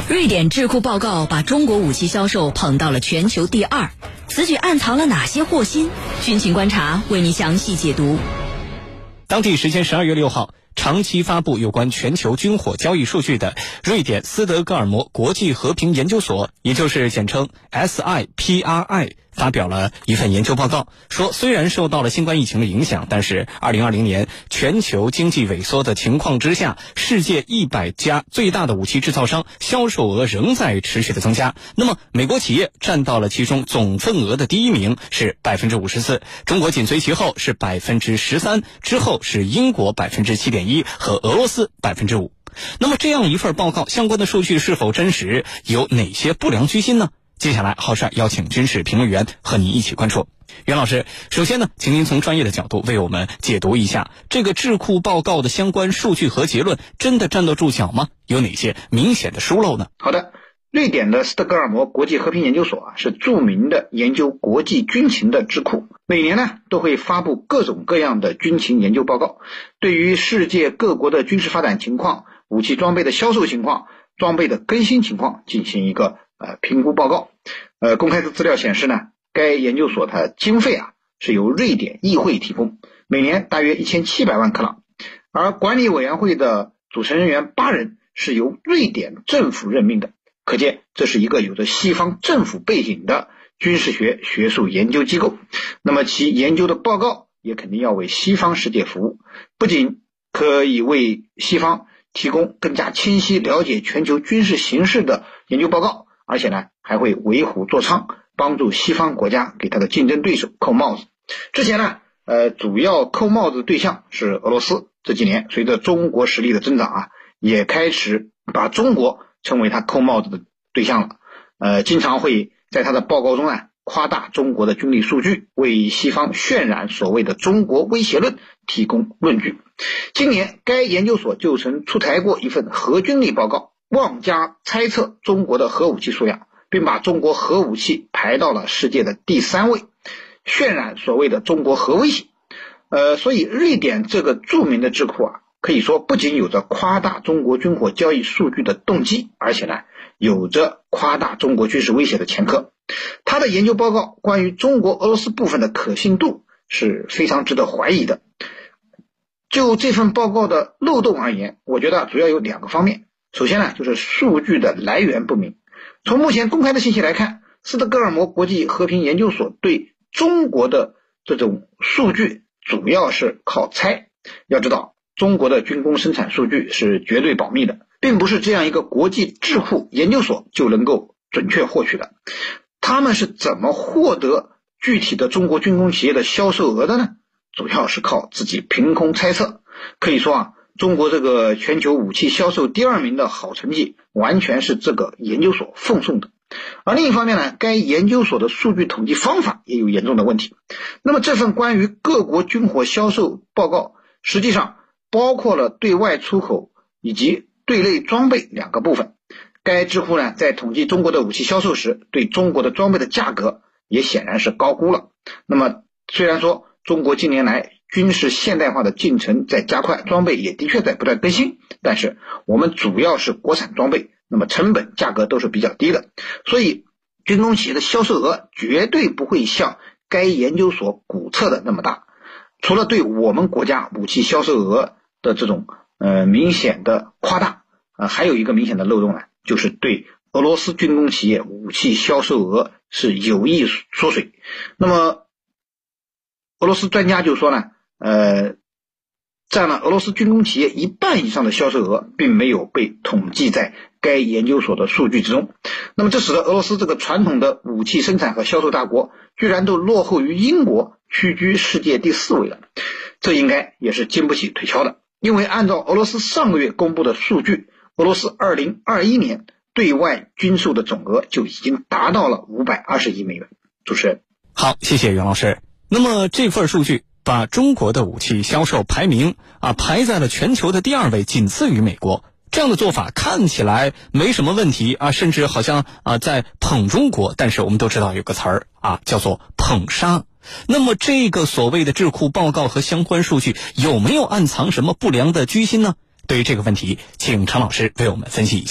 瑞典智库报告把中国武器销售捧到了全球第2，此举暗藏了哪些祸心？军情观察为你详细解读。 当地时间12月6号，长期发布有关全球军火交易数据的瑞典斯德哥尔摩国际和平研究所，也就是简称 SIPRI， 发表了一份研究报告，说虽然受到了新冠疫情的影响，但是2020年全球经济萎缩的情况之下，世界100家最大的武器制造商销售额仍在持续的增加。那么美国企业占到了其中总份额的第1名，是 54%， 中国紧随其后是 13%， 之后是英国 7.1% 和俄罗斯 5%。 那么这样一份报告相关的数据是否真实，有哪些不良居心呢？接下来浩帅邀请军事评论员和您一起关注。袁老师，首先呢，请您从专业的角度为我们解读一下这个智库报告的相关数据和结论，真的站得住脚吗？有哪些明显的疏漏呢？ 好的，瑞典的斯德哥尔摩国际和平研究所是著名的研究国际军情的智库，每年呢都会发布各种各样的军情研究报告，对于世界各国的军事发展情况、武器装备的销售情况、装备的更新情况进行一个评估报告。公开的资料显示呢，该研究所的经费是由瑞典议会提供，每年大约1700万克朗，而管理委员会的组成人员8人是由瑞典政府任命的，可见这是一个有着西方政府背景的军事学学术研究机构。那么其研究的报告也肯定要为西方世界服务，不仅可以为西方提供更加清晰了解全球军事形势的研究报告，而且呢还会为虎作伥，帮助西方国家给他的竞争对手扣帽子。之前呢主要扣帽子的对象是俄罗斯，这几年随着中国实力的增长也开始把中国称为他扣帽子的对象了。经常会在他的报告中夸大中国的军力数据，为西方渲染所谓的中国威胁论提供论据。今年该研究所就曾出台过一份核军力报告，妄加猜测中国的核武器数量，并把中国核武器排到了世界的第3位，渲染所谓的中国核威胁。所以瑞典这个著名的智库可以说不仅有着夸大中国军火交易数据的动机，而且呢有着夸大中国军事威胁的前科。他的研究报告关于中国俄罗斯部分的可信度是非常值得怀疑的。就这份报告的漏洞而言，我觉得主要有2个方面。首先呢，就是数据的来源不明。从目前公开的信息来看，斯德哥尔摩国际和平研究所对中国的这种数据主要是靠猜。要知道，中国的军工生产数据是绝对保密的，并不是这样一个国际智库研究所就能够准确获取的。他们是怎么获得具体的中国军工企业的销售额的呢？主要是靠自己凭空猜测。可以说中国这个全球武器销售第2名的好成绩完全是这个研究所奉送的。而另一方面呢，该研究所的数据统计方法也有严重的问题。那么这份关于各国军火销售报告实际上包括了对外出口以及对内装备2个部分。该智库呢在统计中国的武器销售时，对中国的装备的价格也显然是高估了。那么虽然说中国近年来军事现代化的进程在加快，装备也的确在不断更新，但是我们主要是国产装备，那么成本价格都是比较低的，所以军工企业的销售额绝对不会像该研究所估测的那么大。除了对我们国家武器销售额的这种明显的夸大，还有一个明显的漏洞呢，就是对俄罗斯军工企业武器销售额是有意缩水。那么俄罗斯专家就说呢，占了俄罗斯军工企业1半以上的销售额并没有被统计在该研究所的数据之中。那么这使得俄罗斯这个传统的武器生产和销售大国居然都落后于英国，屈居世界第4位了。这应该也是经不起推敲的，因为按照俄罗斯上个月公布的数据，俄罗斯2021年对外军售的总额就已经达到了520亿美元。主持人。 好，谢谢袁老师。那么这份数据把中国的武器销售排名排在了全球的第2位，仅次于美国。这样的做法看起来没什么问题甚至好像在捧中国，但是我们都知道有个词儿叫做捧杀。那么这个所谓的智库报告和相关数据有没有暗藏什么不良的居心呢？对于这个问题，请常老师为我们分析一下。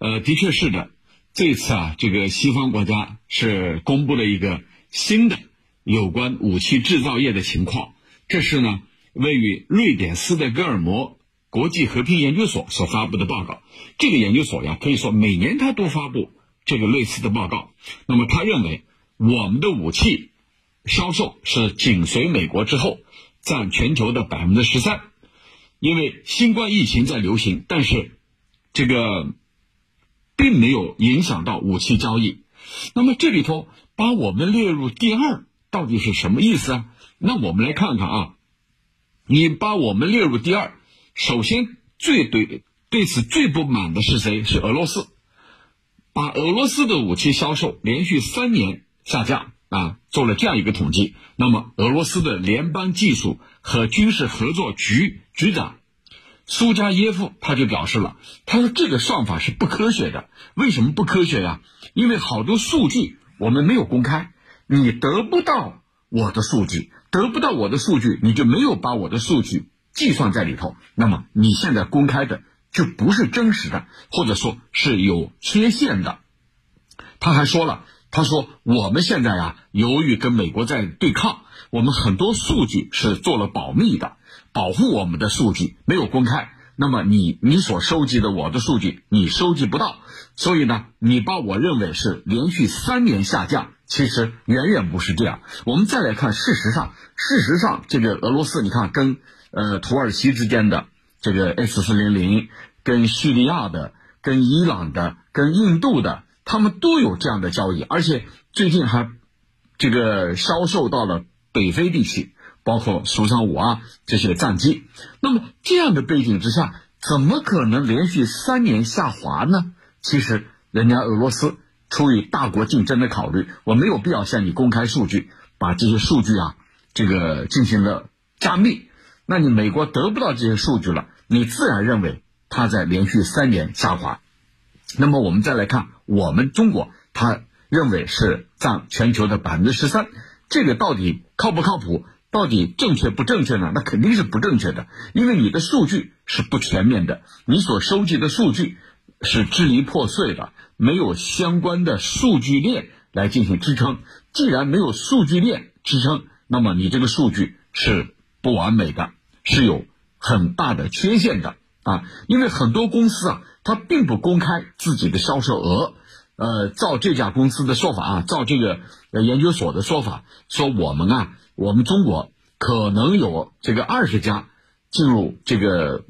的确是的，这次这个西方国家是公布了一个新的有关武器制造业的情况。这是呢位于瑞典斯德哥尔摩国际和平研究所所发布的报告。这个研究所可以说每年它都发布这个类似的报告。那么他认为我们的武器销售是紧随美国之后，占全球的 13%。 因为新冠疫情在流行，但是这个并没有影响到武器交易。那么这里头把我们列入第二到底是什么意思啊？那我们来看看你把我们列入第二，首先对此最不满的是谁？是俄罗斯。把俄罗斯的武器销售连续3年下降做了这样一个统计。那么俄罗斯的联邦技术和军事合作局局长苏加耶夫他就表示了，他说这个算法是不科学的。为什么不科学呀？因为好多数据我们没有公开，你得不到我的数据，你就没有把我的数据计算在里头，那么你现在公开的就不是真实的，或者说是有缺陷的。他还说了，他说我们现在由于跟美国在对抗，我们很多数据是做了保密的，保护我们的数据没有公开，那么你所收集的我的数据你收集不到，所以呢你把我认为是连续3年下降，其实远远不是这样。我们再来看事实上这个俄罗斯你看跟土耳其之间的这个 S400， 跟叙利亚的，跟伊朗的，跟印度的，他们都有这样的交易，而且最近还这个销售到了北非地区，包括苏35这些战机。那么这样的背景之下，怎么可能连续3年下滑呢？其实人家俄罗斯出于大国竞争的考虑，我没有必要向你公开数据，把这些数据这个进行了加密。那你美国得不到这些数据了，你自然认为它在连续3年下滑。那么我们再来看我们中国，它认为是占全球的 13%， 这个到底靠不靠谱，到底正确不正确呢？那肯定是不正确的，因为你的数据是不全面的，你所收集的数据是支离破碎的，没有相关的数据链来进行支撑。既然没有数据链支撑，那么你这个数据是不完美的，是有很大的缺陷的因为很多公司它并不公开自己的销售额。照这家公司的说法照这个研究所的说法，说我们中国可能有这个20家进入有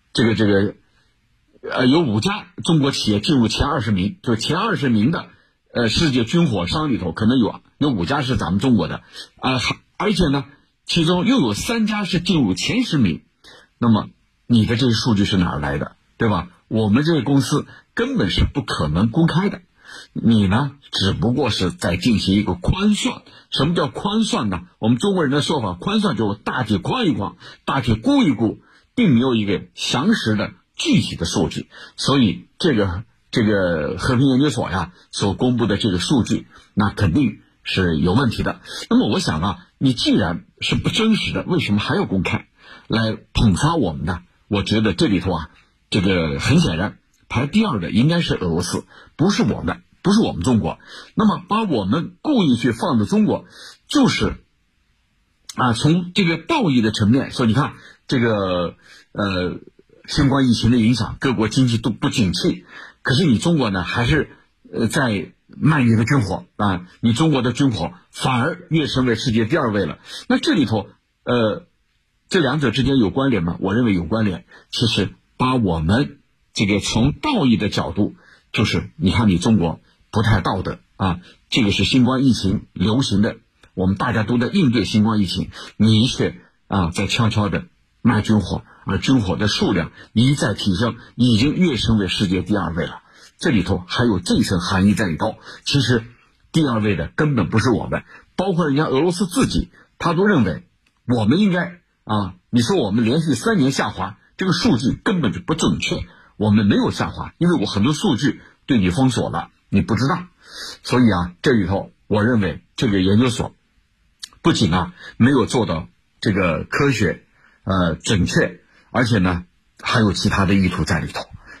5家中国企业进入前20名，就前20名的世界军火商里头，可能有5家是咱们中国的而且呢其中又有3家是进入前10名。那么你的这些数据是哪儿来的，对吧？我们这些公司根本是不可能公开的，你呢只不过是在进行一个宽算。什么叫宽算呢？我们中国人的说法，宽算就是大体宽一宽，大体估一估，并没有一个详实的具体的数据。所以这个和平研究所所公布的这个数据，那肯定是有问题的。那么我想你既然是不真实的，为什么还要公开来捧杀我们呢？我觉得这里头这个很显然排第2的应该是俄罗斯，不是我们中国。那么把我们故意去放在中国，就是从这个道义的层面说，你看这个新冠疫情的影响，各国经济都不景气，可是你中国呢还是在卖你的军火你中国的军火反而跃升为世界第2位了。那这里头这两者之间有关联吗？我认为有关联。其实把我们这个从道义的角度，就是你看你中国不太道德这个是新冠疫情流行的，我们大家都在应对新冠疫情，你却在悄悄的卖军火，而军火的数量一再提升，已经跃升为世界第2位了。这里头还有这层含义在里头。其实第2位的根本不是我们，包括人家俄罗斯自己，他都认为我们应该你说我们连续3年下滑，这个数据根本就不准确，我们没有下滑，因为我很多数据对你封锁了，你不知道。所以这里头我认为这个研究所不仅没有做到这个科学准确，而且呢还有其他的意图在里头。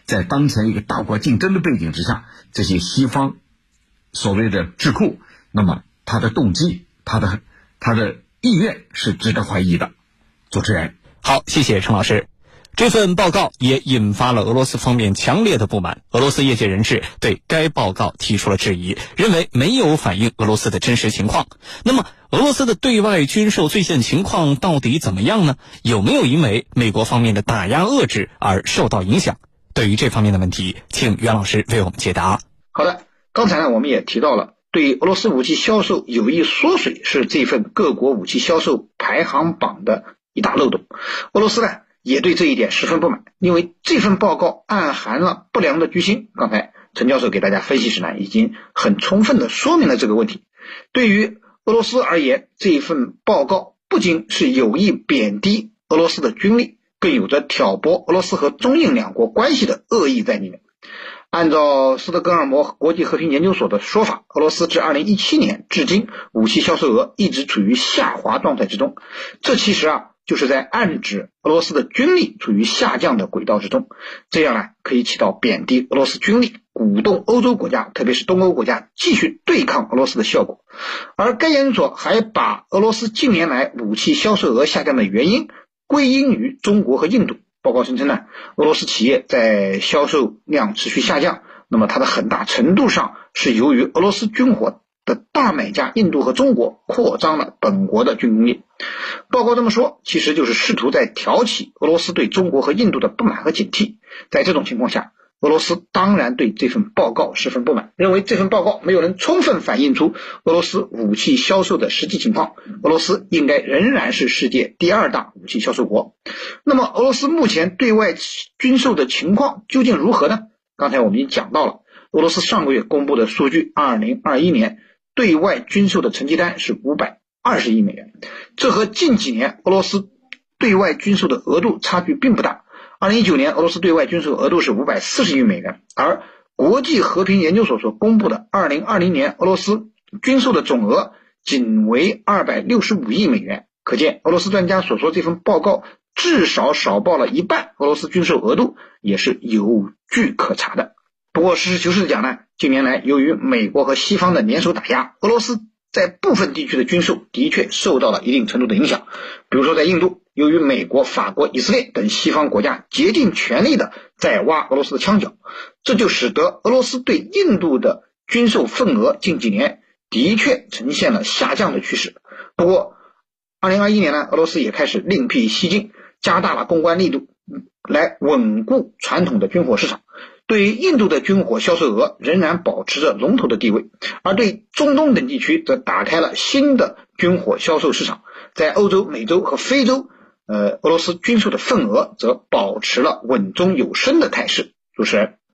在当前一个大国竞争的背景之下，这些西方所谓的智库，那么他的动机，他的意愿是值得怀疑的。主持人， 好，谢谢陈老师。这份报告也引发了俄罗斯方面强烈的不满，俄罗斯业界人士对该报告提出了质疑，认为没有反映俄罗斯的真实情况。那么俄罗斯的对外军售最现情况到底怎么样呢？有没有因为美国方面的打压遏制而受到影响？对于这方面的问题，请袁老师为我们解答。 好的，刚才呢我们也提到了，对俄罗斯武器销售有意缩水是这份各国武器销售排行榜的一大漏洞。俄罗斯呢也对这一点十分不满，因为这份报告暗含了不良的居心。刚才陈教授给大家分析时呢，已经很充分地说明了这个问题。对于俄罗斯而言，这份报告不仅是有意贬低俄罗斯的军力，更有着挑拨俄罗斯和中印两国关系的恶意在里面。按照斯德哥尔摩国际和平研究所的说法，俄罗斯自2017年至今武器销售额一直处于下滑状态之中，这其实就是在暗指俄罗斯的军力处于下降的轨道之中，这样呢可以起到贬低俄罗斯军力，鼓动欧洲国家特别是东欧国家继续对抗俄罗斯的效果。而该研究所还把俄罗斯近年来武器销售额下降的原因归因于中国和印度。报告声称呢，俄罗斯企业在销售量持续下降，那么它的很大程度上是由于俄罗斯军火的大买家印度和中国扩张了本国的军工业。报告这么说，其实就是试图在挑起俄罗斯对中国和印度的不满和警惕。在这种情况下，俄罗斯当然对这份报告十分不满，认为这份报告没有能充分反映出俄罗斯武器销售的实际情况，俄罗斯应该仍然是世界第2大武器销售国。那么俄罗斯目前对外军售的情况究竟如何呢？刚才我们已经讲到了，俄罗斯上个月公布的数据，2021年对外军售的成绩单是520亿美元，这和近几年俄罗斯对外军售的额度差距并不大。2019年俄罗斯对外军售额度是540亿美元，而国际和平研究所所公布的2020年俄罗斯军售的总额仅为265亿美元，可见俄罗斯专家所说这份报告至少少报了一半，俄罗斯军售额度也是有据可查的。不过实事求是的讲呢，近年来由于美国和西方的联手打压，俄罗斯在部分地区的军售的确受到了一定程度的影响。比如说在印度，由于美国、法国、以色列等西方国家竭尽全力的在挖俄罗斯的枪脚，这就使得俄罗斯对印度的军售份额近几年的确呈现了下降的趋势。不过2021年呢，俄罗斯也开始另辟蹊径，加大了公关力度，来稳固传统的军火市场。对于印度的军火销售额仍然保持着龙头的地位，而对中东等地区则打开了新的军火销售市场。在欧洲、美洲和非洲，俄罗斯军售的份额则保持了稳中有升的态势。主持人，